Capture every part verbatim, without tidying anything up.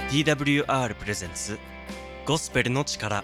ティーダブリューアール プレゼンツゴスペルの力。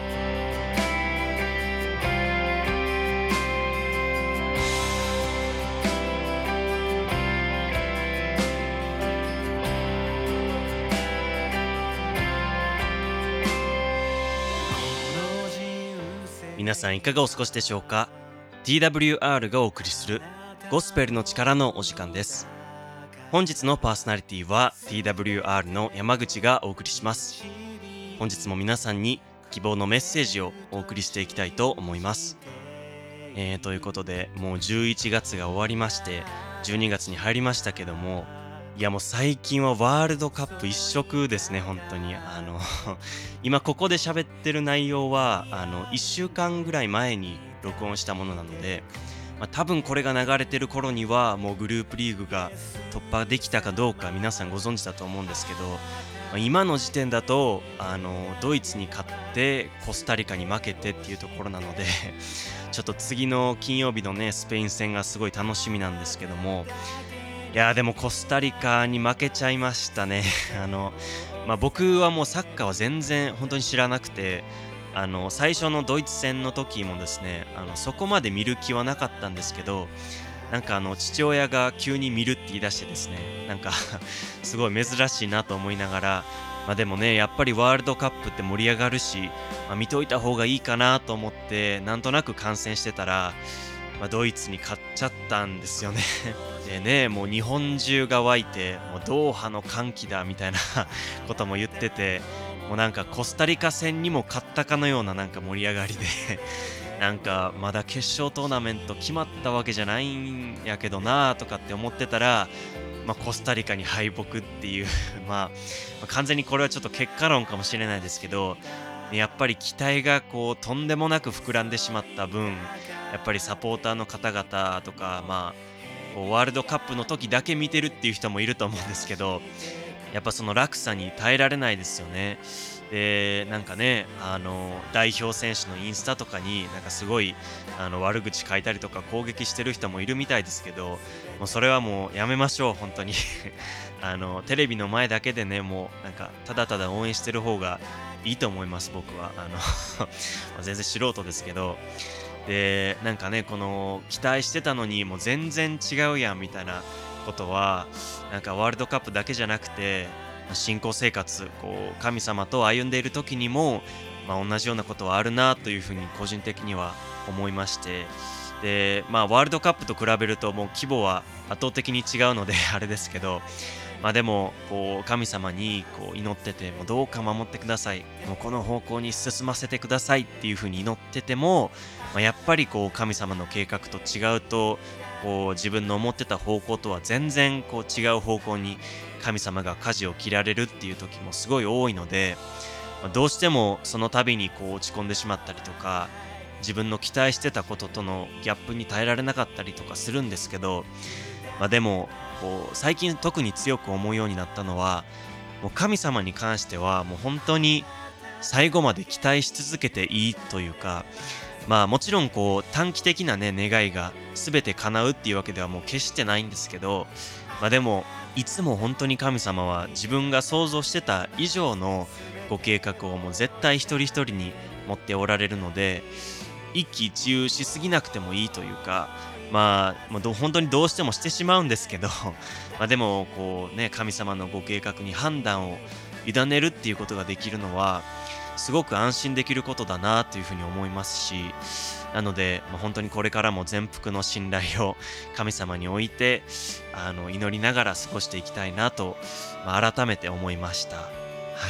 皆さんいかがお過ごしでしょうか。 ティーダブリューアール がお送りするゴスペルの力のお時間です。本日のパーソナリティは ティーダブリューアール の山口がお送りします。本日も皆さんに希望のメッセージをお送りしていきたいと思います。えー、ということでもうじゅういちがつが終わりましてじゅうにがつに入りましたけども、いやもう最近はワールドカップ一色ですね。本当にあの今ここで喋ってる内容はあのいっしゅうかんぐらい前に録音したものなので、まあ、多分これが流れてる頃にはもうグループリーグが突破できたかどうか皆さんご存知だと思うんですけど、まあ、今の時点だとあのドイツに勝ってコスタリカに負けてっていうところなのでちょっと次の金曜日のねスペイン戦がすごい楽しみなんですけども、いやーでもコスタリカに負けちゃいましたねあの、まあ、僕はもうサッカーは全然本当に知らなくて、あの最初のドイツ戦の時もですね、あのそこまで見る気はなかったんですけど、なんかあの父親が急に見るって言い出してですね、なんかすごい珍しいなと思いながら、まあでもねやっぱりワールドカップって盛り上がるし、まあ、見といた方がいいかなと思ってなんとなく観戦してたら、まあ、ドイツに勝っちゃったんですよねでね、もう日本中が湧いて、もうドーハの歓喜だみたいなことも言ってて、もうなんかコスタリカ戦にも勝ったかのようななんか盛り上がりでなんかまだ決勝トーナメント決まったわけじゃないんやけどなとかって思ってたら、まあ、コスタリカに敗北っていうまあ、まあ完全にこれはちょっと結果論かもしれないですけど、やっぱり期待がこうとんでもなく膨らんでしまった分、やっぱりサポーターの方々とか、まあこうワールドカップの時だけ見てるっていう人もいると思うんですけど、やっぱその落差に耐えられないですよね。でなんかね、あの代表選手のインスタとかになんかすごいあの悪口書いたりとか攻撃してる人もいるみたいですけど、もうそれはもうやめましょう本当にあのテレビの前だけでね、もうなんかただただ応援してる方がいいと思います。僕はあの全然素人ですけど、でなんかねこの期待してたのにもう全然違うやんみたいなことは、なんかワールドカップだけじゃなくて信仰生活、こう神様と歩んでいる時にも、まあ、同じようなことはあるなというふうに個人的には思いまして、でまあワールドカップと比べるともう規模は圧倒的に違うのであれですけど、まあでもこう神様にこう祈ってて、もうどうか守ってください、もうこの方向に進ませてくださいっていうふうに祈ってても、まあ、やっぱりこう神様の計画と違うと、こう自分の思ってた方向とは全然こう違う方向に神様が舵を切られるっていう時もすごい多いので、まあどうしてもその度にこう落ち込んでしまったりとか、自分の期待してたこととのギャップに耐えられなかったりとかするんですけど、まあ、でもこう最近特に強く思うようになったのは、もう神様に関してはもう本当に最後まで期待し続けていいというか、まあもちろんこう短期的なね願いが全て叶うっていうわけではもう決してないんですけど、まあでもいつも本当に神様は自分が想像してた以上のご計画をもう絶対一人一人に持っておられるので、一喜一憂しすぎなくてもいいというか、まあもうど本当にどうしてもしてしまうんですけどまあでもこうね神様のご計画に判断を委ねるっていうことができるのはすごく安心できることだなというふうに思いますし、なので、まあ、本当にこれからも全幅の信頼を神様に置いてあの祈りながら過ごしていきたいなと、まあ、改めて思いました。はい、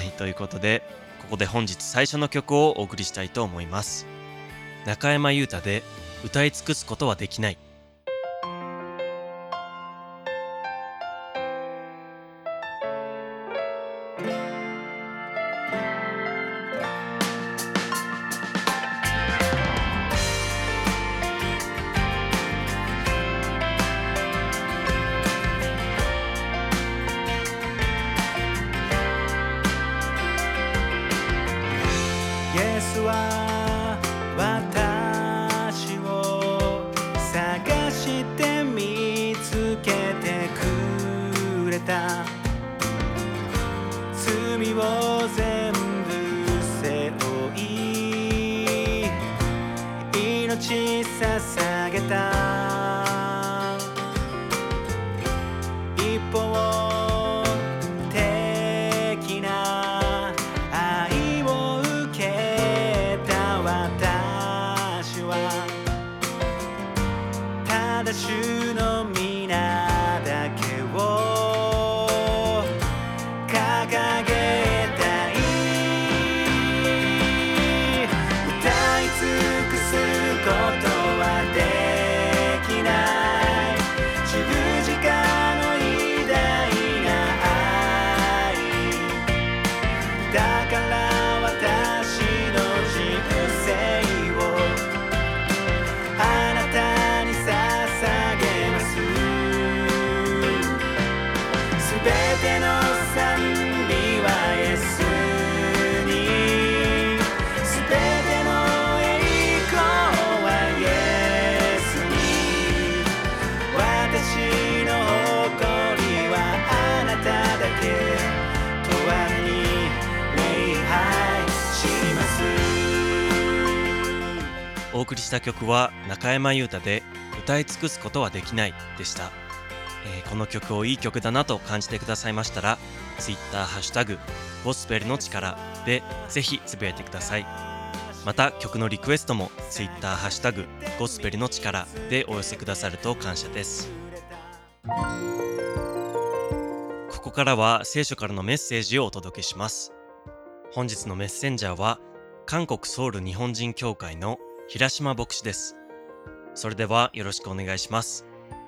ということでここで本日最初の曲をお送りしたいと思います。中山優太で歌い尽くすことはできない。 イエスは私を探して見つけてくれた。罪を全部背負い命捧げた一方的な愛を受けた私はただ主の皆だけを掲げたい歌い尽くすことはできない十字架の偉大な愛だから私の人生をあなたに捧げますすべての賛美はイエスにすべての栄光はイエスに私の誇りはあなただけ永遠に礼拝しますお送りした曲は中山優太で歌い尽くすことはできないでした。えーこの曲をいい曲だなと感じてくださいましたら Twitter ハッシュタグゴスペルの力でぜひつぶやいてください。また曲のリクエストも Twitter ハッシュタグゴスペルの力でお寄せくださると感謝です。ここからは聖書からのメッセージをお届けします。本日のメッセンジャーは韓国ソウル日本人協会の平島牧師です。それではよろしくお願いします。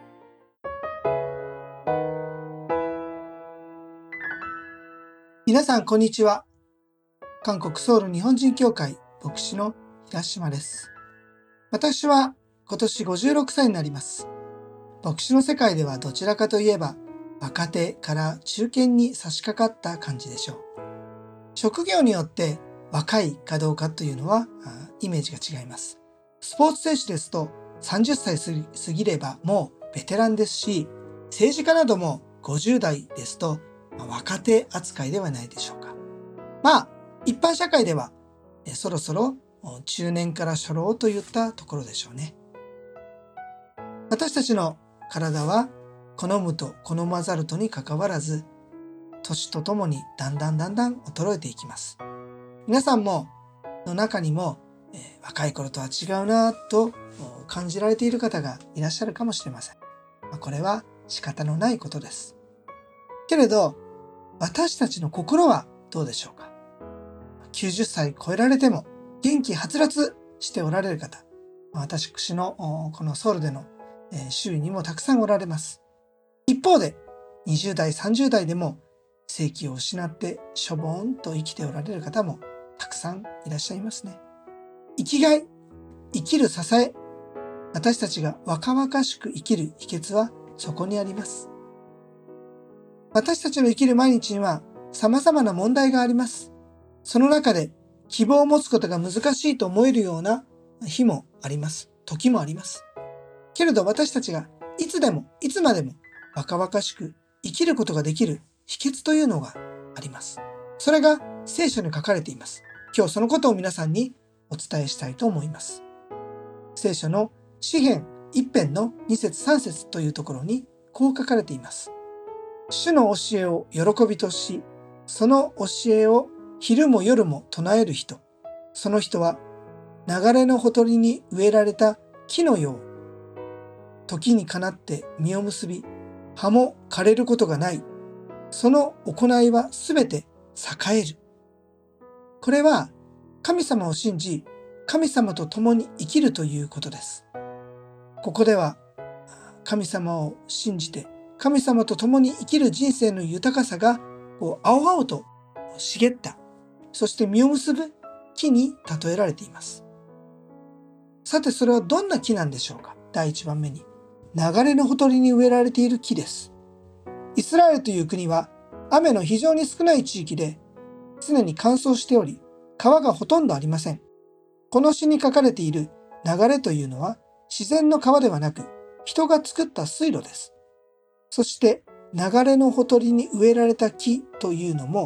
皆さんこんにちは。韓国ソウル日本人協会牧師の平島です。私は今年ごじゅうろくさいになります。牧師の世界ではどちらかといえば若手から中堅に差し掛かった感じでしょう。職業によって若いかどうかというのはイメージが違います。スポーツ選手ですとさんじゅっさい過ぎればもうベテランですし、政治家などもごじゅう代ですと若手扱いではないでしょうか。まあ一般社会ではそろそろ中年から初老といったところでしょうね。私たちの体は好むと好まざるとにかかわらず年とともにだんだんだんだん衰えていきます。皆さんもの中にも、えー、若い頃とは違うなと感じられている方がいらっしゃるかもしれません。まあ、これは仕方のないことです。けれど私たちの心はどうでしょうか。きゅうじゅっさい超えられても元気はつらつしておられる方、私のこのソウルでの周囲にもたくさんおられます。一方でにじゅう代さんじゅう代でも生気を失ってしょぼーんと生きておられる方もたくさんいらっしゃいますね。生きがい、生きる支え、私たちが若々しく生きる秘訣はそこにあります。私たちの生きる毎日には様々な問題があります。その中で希望を持つことが難しいと思えるような日もあります。時もあります。けれど私たちがいつでもいつまでも若々しく生きることができる秘訣というのがあります。それが聖書に書かれています。今日そのことを皆さんにお伝えしたいと思います。聖書の詩編一編の二節三節というところにこう書かれています。主の教えを喜びとし、その教えを昼も夜も唱える人、その人は流れのほとりに植えられた木のよう、時にかなって実を結び、葉も枯れることがない。その行いはすべて栄える。これは神様を信じ、神様と共に生きるということです。ここでは神様を信じて、神様と共に生きる人生の豊かさがこう青々と茂った、そして実を結ぶ木に例えられています。さてそれはどんな木なんでしょうか。第一番目に流れのほとりに植えられている木です。イスラエルという国は雨の非常に少ない地域で常に乾燥しており、川がほとんどありません。この詩に書かれている流れというのは自然の川ではなく人が作った水路です。そして流れのほとりに植えられた木というのも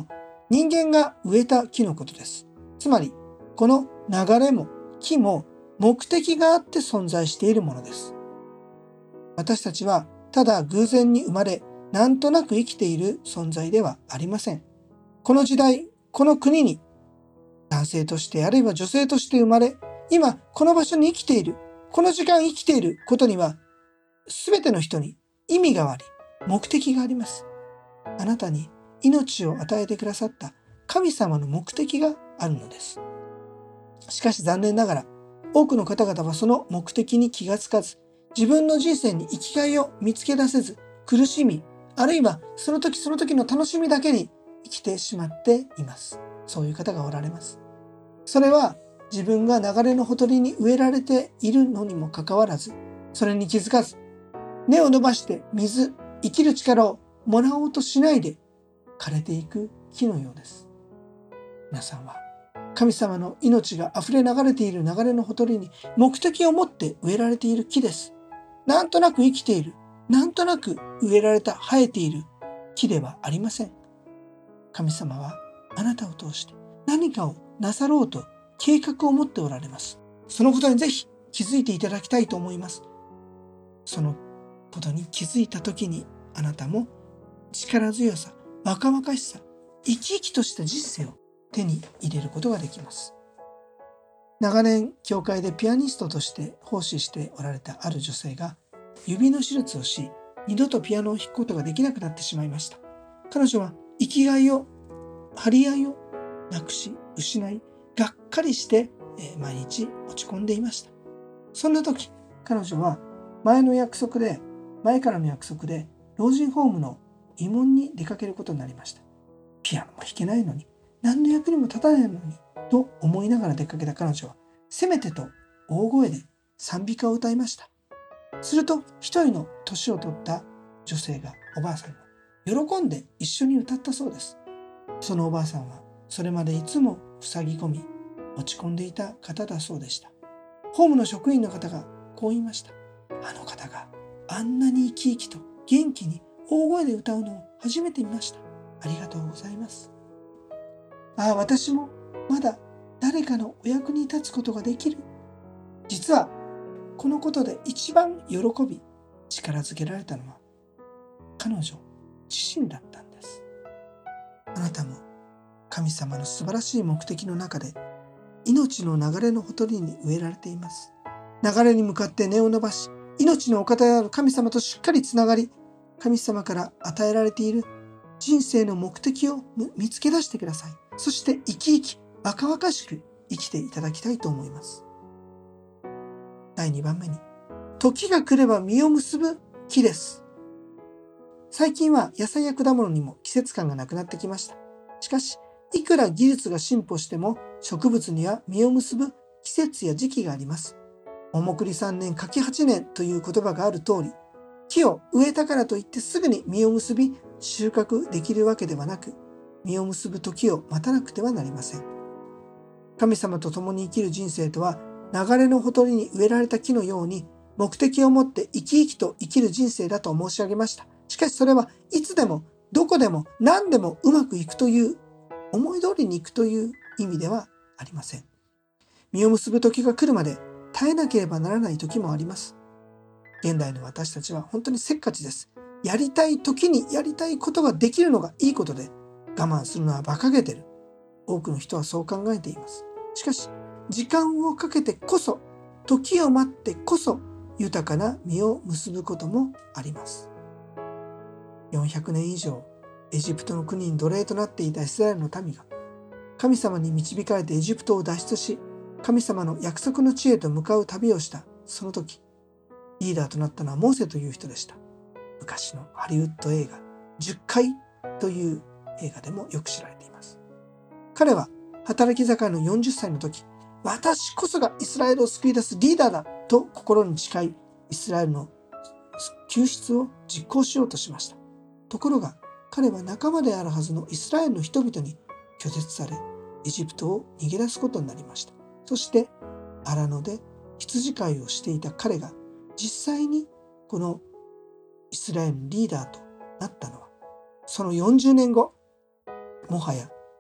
人間が植えた木のことです。つまり、この流れも木も目的があって存在しているものです。私たちはただ偶然に生まれ、なんとなく生きている存在ではありません。この時代、この国に男性としてあるいは女性として生まれ、今この場所に生きている、この時間生きていることには、すべての人に意味があり、目的があります。あなたに命を与えてくださった神様の目的があるのです。しかし残念ながら、多くの方々はその目的に気がつかず、自分の人生に生きがいを見つけ出せず、苦しみ、あるいはその時その時の楽しみだけに生きてしまっています。そういう方がおられます。それは自分が流れのほとりに植えられているのにもかかわらず、それに気づかず、根を伸ばして水、生きる力をもらおうとしないで枯れていく木のようです。皆さんは神様の命が溢れ流れている流れのほとりに目的を持って植えられている木です。なんとなく生きている、なんとなく植えられた生えている木ではありません。神様はあなたを通して何かをなさろうと計画を持っておられます。そのことにぜひ気づいていただきたいと思います。そのことに気づいたときに、あなたも力強さ、若々しさ、生き生きとした人生を手に入れることができます。長年教会でピアニストとして奉仕しておられたある女性が指の手術をし、二度とピアノを弾くことができなくなってしまいました。彼女は生きがいを、張り合いをなくし、失い、がっかりして毎日落ち込んでいました。そんな時、彼女は前の約束で、前からの約束で老人ホームの慰問に出かけることになりました。ピアノも弾けないのに、何の役にも立たないのにと思いながら出かけた彼女は、せめてと大声で賛美歌を歌いました。すると一人の年を取った女性が、おばあさんが喜んで一緒に歌ったそうです。そのおばあさんはそれまでいつも塞ぎ込み落ち込んでいた方だそうでした。ホームの職員の方がこう言いました。あの方があんなに生き生きと元気に大声で歌うのを初めて見ました。ありがとうございます。ああ、私もまだ誰かのお役に立つことができる。実はこのことで一番喜び、力づけられたのは彼女自身だったんです。あなたも神様の素晴らしい目的の中で命の流れのほとりに植えられています。流れに向かって根を伸ばし、命のお方である神様としっかりつながり、神様から与えられている人生の目的を見つけ出してください。そして生き生き若々しく生きていただきたいと思います。だいにばんめに、時が来れば実を結ぶ木です。最近は野菜や果物にも季節感がなくなってきました。しかし、いくら技術が進歩しても植物には実を結ぶ季節や時期があります。桃栗さんねん柿はちねんという言葉がある通り、木を植えたからといってすぐに実を結び収穫できるわけではなく、実を結ぶ時を待たなくてはなりません。神様と共に生きる人生とは、流れのほとりに植えられた木のように目的を持って生き生きと生きる人生だと申し上げました。しかしそれはいつでもどこでも何でもうまくいくという、思い通りにいくという意味ではありません。実を結ぶ時が来るまで耐えなければならない時もあります。現代の私たちは本当にせっかちです。やりたい時にやりたいことができるのがいいことで、我慢するのは馬鹿げてる。多くの人はそう考えています。しかし、時間をかけてこそ、時を待ってこそ、豊かな実を結ぶこともあります。よんひゃくねん以上、エジプトの国に奴隷となっていたイスラエルの民が、神様に導かれてエジプトを脱出し、神様の約束の地へと向かう旅をしたその時、リーダーとなったのはモーセという人でした。昔のハリウッド映画じゅっかいという映画でもよく知られています。彼は働き盛りのよんじゅっさいの時、私こそがイスラエルを救い出すリーダーだと心に誓い、イスラエルの救出を実行しようとしました。ところが彼は仲間であるはずのイスラエルの人々に拒絶され、エジプトを逃げ出すことになりました。そして荒野で羊飼いをしていた彼が実際にこのイスラエルのリーダーとなったのは、そのよんじゅうねんご、もはや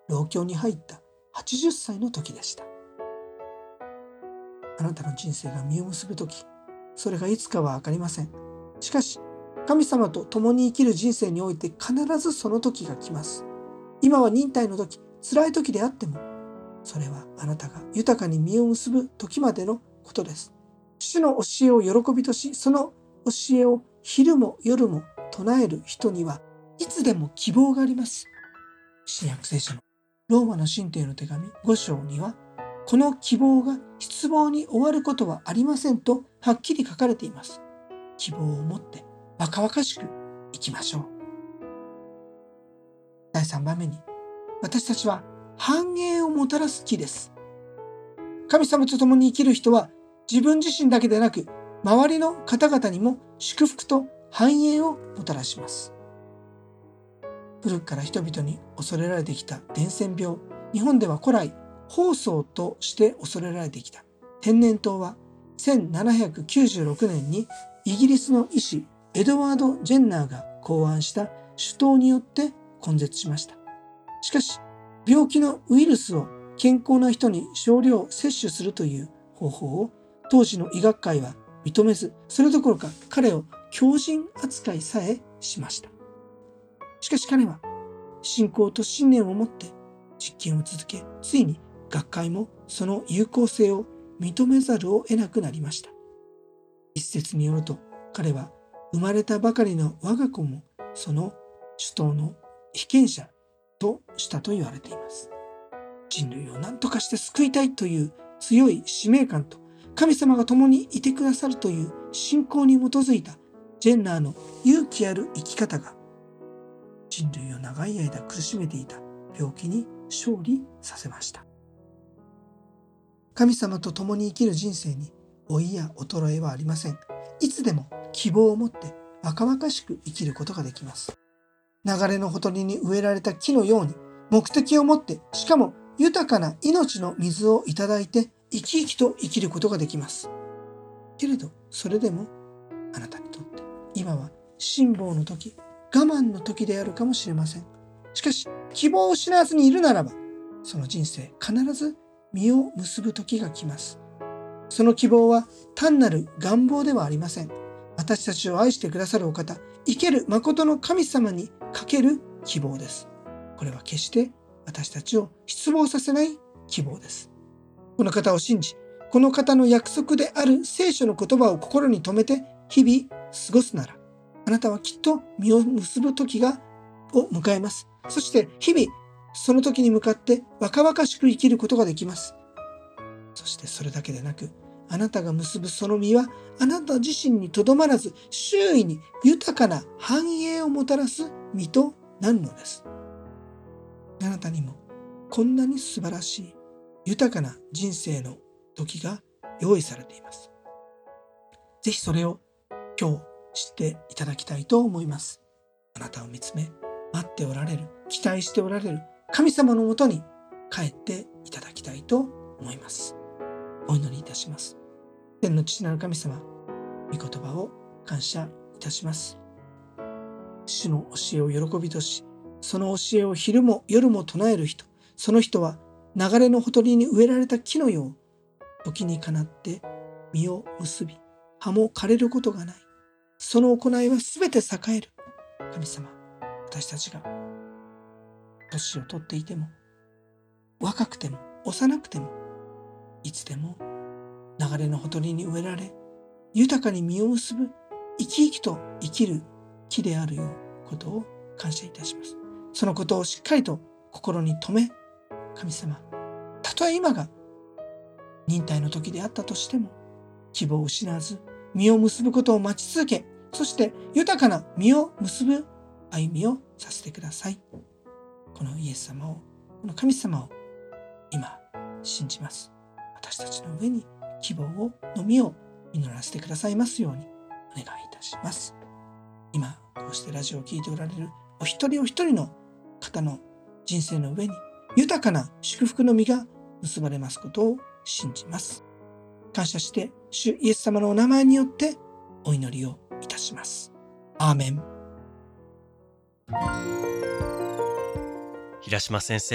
老境に入ったはちじゅっさいの時でした。あなたの人生が実を結ぶ時、それがいつかは分かりません。しかし、神様と共に生きる人生において必ずその時が来ます。今は忍耐の時、辛い時であっても、それはあなたが豊かに実を結ぶ時までのことです。主の教えを喜びとし、その教えを昼も夜も唱える人にはいつでも希望があります。新約聖書のローマの信徒への手紙ご章には、この希望が失望に終わることはありませんとはっきり書かれています。希望を持って若々しく生きましょう。だいさんばんめに、私たちは繁栄をもたらす木です。神様と共に生きる人は自分自身だけでなく、周りの方々にも祝福と繁栄をもたらします。古くから人々に恐れられてきた伝染病、日本では古来疱瘡として恐れられてきた天然痘はせんななひゃくきゅうじゅうろくねんにイギリスの医師エドワード・ジェンナーが考案した種痘によって根絶しました。しかし、病気のウイルスを健康な人に少量摂取するという方法を当時の医学会は認めず、それどころか彼を狂人扱いさえしました。しかし彼は信仰と信念を持って実験を続け、ついに学会もその有効性を認めざるを得なくなりました。一説によると、彼は生まれたばかりの我が子もその種痘の被験者としたと言われています。人類を何とかして救いたいという強い使命感と、神様が共にいてくださるという信仰に基づいたジェンナーの勇気ある生き方が、人類を長い間苦しめていた病気に勝利させました。神様と共に生きる人生に老いや衰えはありません。いつでも希望を持って若々しく生きることができます。流れのほとりに植えられた木のように、目的を持って、しかも豊かな命の水をいただいて生き生きと生きることができます。けれど、それでもあなたにとって今は辛抱の時、我慢の時であるかもしれません。しかし、希望を失わずにいるならば、その人生必ず実を結ぶ時が来ます。その希望は単なる願望ではありません。私たちを愛してくださるお方、生ける誠の神様にかける希望です。これは決して私たちを失望させない希望です。この方を信じ、この方の約束である聖書の言葉を心に留めて日々過ごすなら、あなたはきっと実を結ぶ時がを迎えます。そして日々その時に向かって若々しく生きることができます。そしてそれだけでなく、あなたが結ぶその実はあなた自身にとどまらず、周囲に豊かな繁栄をもたらす実となるのです。あなたにもこんなに素晴らしい豊かな人生の時が用意されています。ぜひそれを今日知っていただきたいと思います。あなたを見つめ、待っておられる、期待しておられる神様のもとに帰っていただきたいと思います。お祈りいたします。天の父なる神様、御言葉を感謝いたします。主の教えを喜びとし、その教えを昼も夜も唱える人、その人は流れのほとりに植えられた木のよう、時にかなって実を結び、葉も枯れることがない。その行いはすべて栄える。神様、私たちが年を取っていても、若くても幼くても、いつでも流れのほとりに植えられ、豊かに実を結ぶ生き生きと生きる木であるようことを感謝いたします。そのことをしっかりと心に留め、神様、たとえ今が忍耐の時であったとしても、希望を失わず実を結ぶことを待ち続け、そして豊かな実を結ぶ歩みをさせてください。このイエス様を、この神様を今信じます。私たちの上に希望をの実を実らせてくださいますようにお願いいたします。今こうしてラジオを聞いておられるお一人お一人の方の人生の上に豊かな祝福の実が結ばれますことを信じます。感謝して主イエス様のお名前によってお祈りをいたします。アーメン。 平島先生、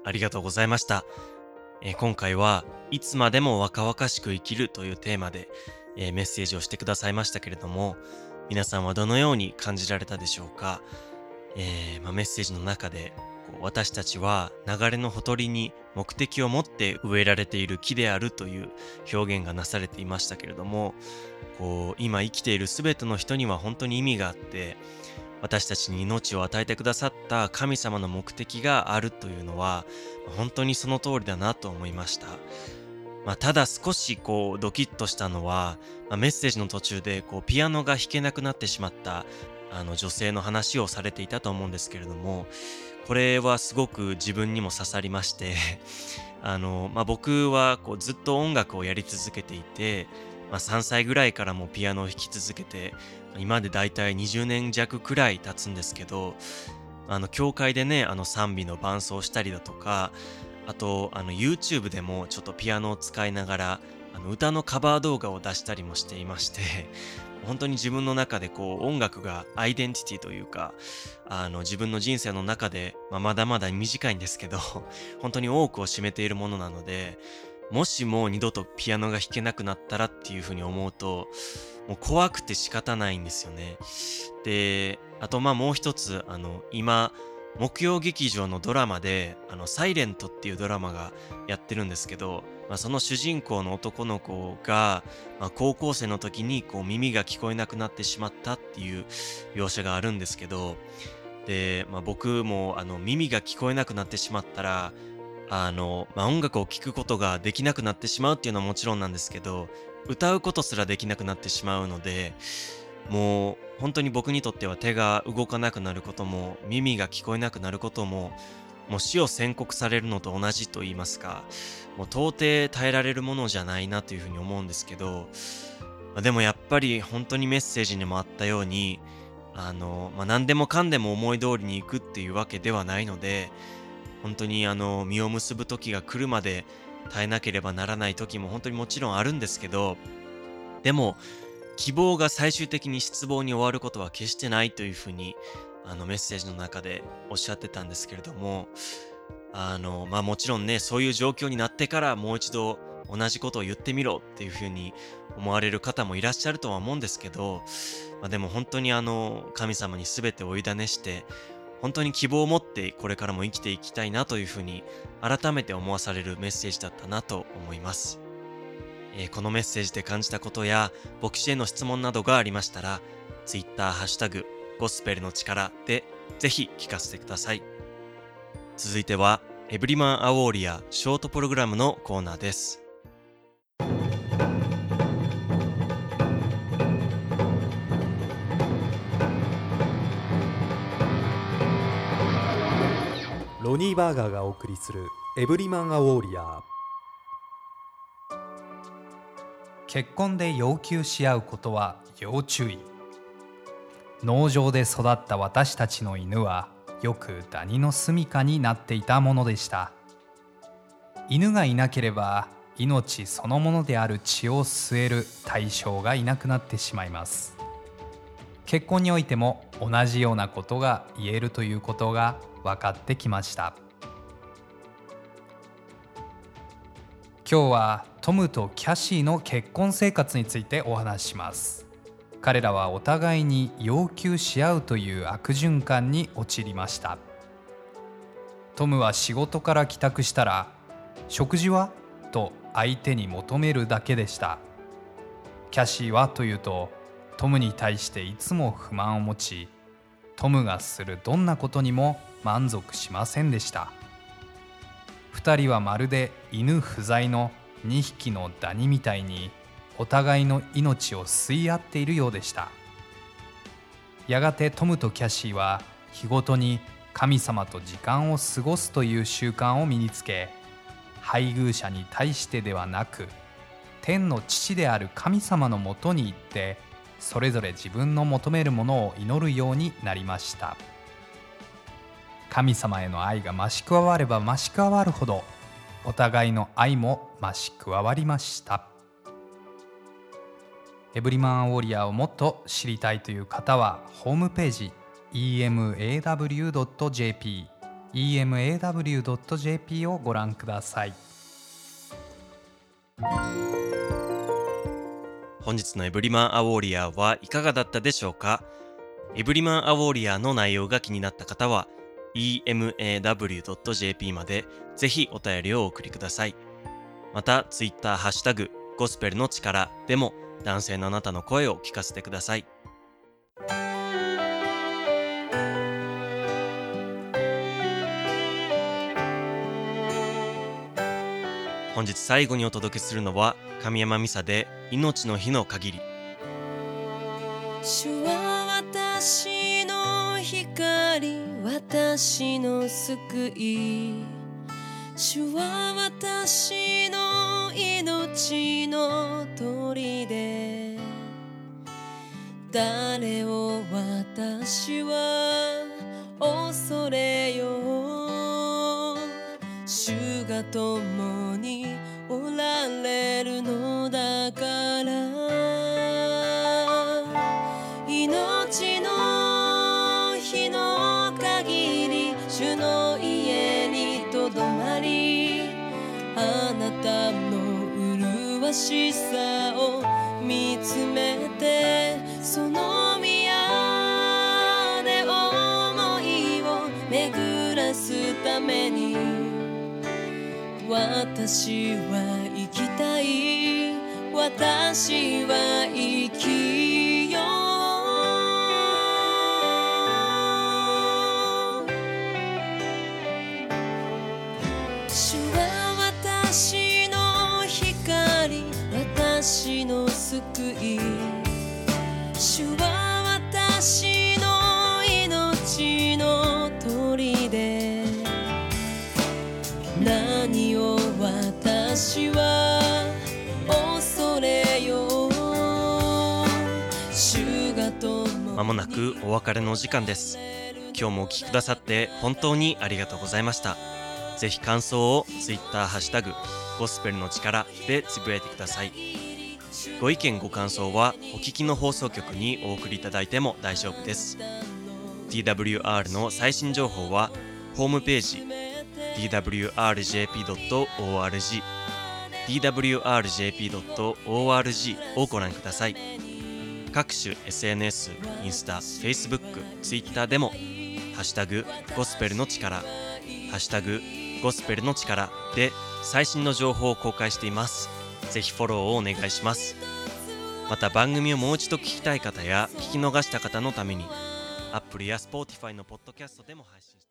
ありがとうございました。えー今回はいつまでも若々しく生きるというテーマで、えーメッセージをしてくださいましたけれども、皆さんはどのように感じられたでしょうか。えーまあ、メッセージの中でこう私たちは流れのほとりに目的を持って植えられている木であるという表現がなされていましたけれども、こう今生きているすべての人には本当に意味があって、私たちに命を与えてくださった神様の目的があるというのは本当にその通りだなと思いました。まあ、ただ少しこうドキッとしたのは、まあ、メッセージの途中でこうピアノが弾けなくなってしまったあの女性の話をされていたと思うんですけれども、これはすごく自分にも刺さりましてあの、まあ、僕はこうずっと音楽をやり続けていて、まあ、さんさいぐらいからもピアノを弾き続けて、今でだいたいにじゅうねん弱くらい経つんですけど、あの教会でね、あの賛美の伴奏をしたりだとか、あとあの YouTube でもちょっとピアノを使いながらあの歌のカバー動画を出したりもしていまして本当に自分の中でこう音楽がアイデンティティというか、あの自分の人生の中で、まあ、まだまだ短いんですけど本当に多くを占めているものなので、もしも二度とピアノが弾けなくなったらっていうふうに思うと、もう怖くて仕方ないんですよね。で、あとまあもう一つ、あの今木曜劇場のドラマであのサイレントっていうドラマがやってるんですけど、まあ、その主人公の男の子が、まあ、高校生の時にこう耳が聞こえなくなってしまったっていう描写があるんですけど、で、まあ、僕もあの耳が聞こえなくなってしまったら、あの、まあ、音楽を聴くことができなくなってしまうっていうのはもちろんなんですけど、歌うことすらできなくなってしまうので、もう本当に僕にとっては手が動かなくなることも耳が聞こえなくなることも、もう死を宣告されるのと同じと言いますか、もう到底耐えられるものじゃないなというふうに思うんですけど、まあでもやっぱり本当にメッセージにもあったように、あの、まあ、何でもかんでも思い通りにいくっていうわけではないので、本当にあの実を結ぶ時が来るまで耐えなければならない時も本当にもちろんあるんですけど、でも希望が最終的に失望に終わることは決してないというふうにあのメッセージの中でおっしゃってたんですけれども、あのまあもちろんね、そういう状況になってからもう一度同じことを言ってみろっていうふうに思われる方もいらっしゃるとは思うんですけど、まあ、でも本当にあの神様に全てお委ねして、本当に希望を持ってこれからも生きていきたいなというふうに改めて思わされるメッセージだったなと思います。えーこのメッセージで感じたことや牧師への質問などがありましたら、Twitter ハッシュタグゴスペルの力でぜひ聞かせてください。続いてはエブリマンアウォーリアショートプログラムのコーナーです。 ロニー・バーガーがお送りするエブリマン・ア・ウォーリアー。 結婚で要求し合うことは要注意。農場で育った私たちの犬はよくダニの住処になっていたものでした。犬がいなければ命そのものである血を吸える対象がいなくなってしまいます。結婚においても同じようなことが言えるということが分かってきました。今日はトムとキャシーの結婚生活についてお話しします。彼らはお互いに要求し合うという悪循環に陥りました。トムは仕事から帰宅したら、食事はと相手に求めるだけでした。キャシーはというと、トムに対していつも不満を持ち、トムがするどんなことにも満足しませんでした。二人はまるで犬不在のにひきのダニみたいにお互いの命を吸い合っているようでした。やがてトムとキャシーは日ごとに神様と時間を過ごすという習慣を身につけ、配偶者に対してではなく天の父である神様のもとに行って、それぞれ自分の求めるものを祈るようになりました。神様への愛が増し加われば増し加わるほど、お互いの愛も増し加わりました。エブリマンウォリアーをもっと知りたいという方は、ホームページ イーエムエーダブリュードットジェーピーイーエムエーダブリュードットジェーピー をご覧ください。 本日のエブリマンアウォーリアーはいかがだったでしょうか。エブリマンアウォーリアーの内容が気になった方は イーエムエーダブリュードットジェーピー までぜひお便りをお送りください。またツイッターハッシュタグゴスペルの力でも男性のあなたの声を聞かせてください。本日最後にお届けするのは神山美沙で命の日の限り。 主は私の光、私の救い。主は私の命の砦。誰を私は恐れよう。主が共におられるのだから。命の日の限り主の家にとどまり、あなたの麗しさを見つめて、その宮で思いを巡らすために私は生きたい、私は生きよう。主は私の光、私の救い。主は私の命の砦。何を私は恐れよう。主が共に。 まもなくお別れのお時間です。今日もお聞きくださって本当にありがとうございました。ぜひ感想をツイッターハッシュタグゴスペルの力でつぶやいてください。ご意見ご感想はお聞きの放送局にお送りいただいても大丈夫です。 ティーダブリューアール の最新情報はホームページ ティーダブリューアールジェーピードットオーアールジー ティーダブリューアールジェーピードットオーアールジー をご覧ください。各種 エスエヌエス、インスタ、フェイスブック、ツイッターでもハッシュタグゴスペルの力、ハッシュタグゴスペルの力で最新の情報を公開しています。ぜひフォローをお願いします。また番組をもう一度聞きたい方や聞き逃した方のために Apple や Spotify のポッドキャストでも配信しています。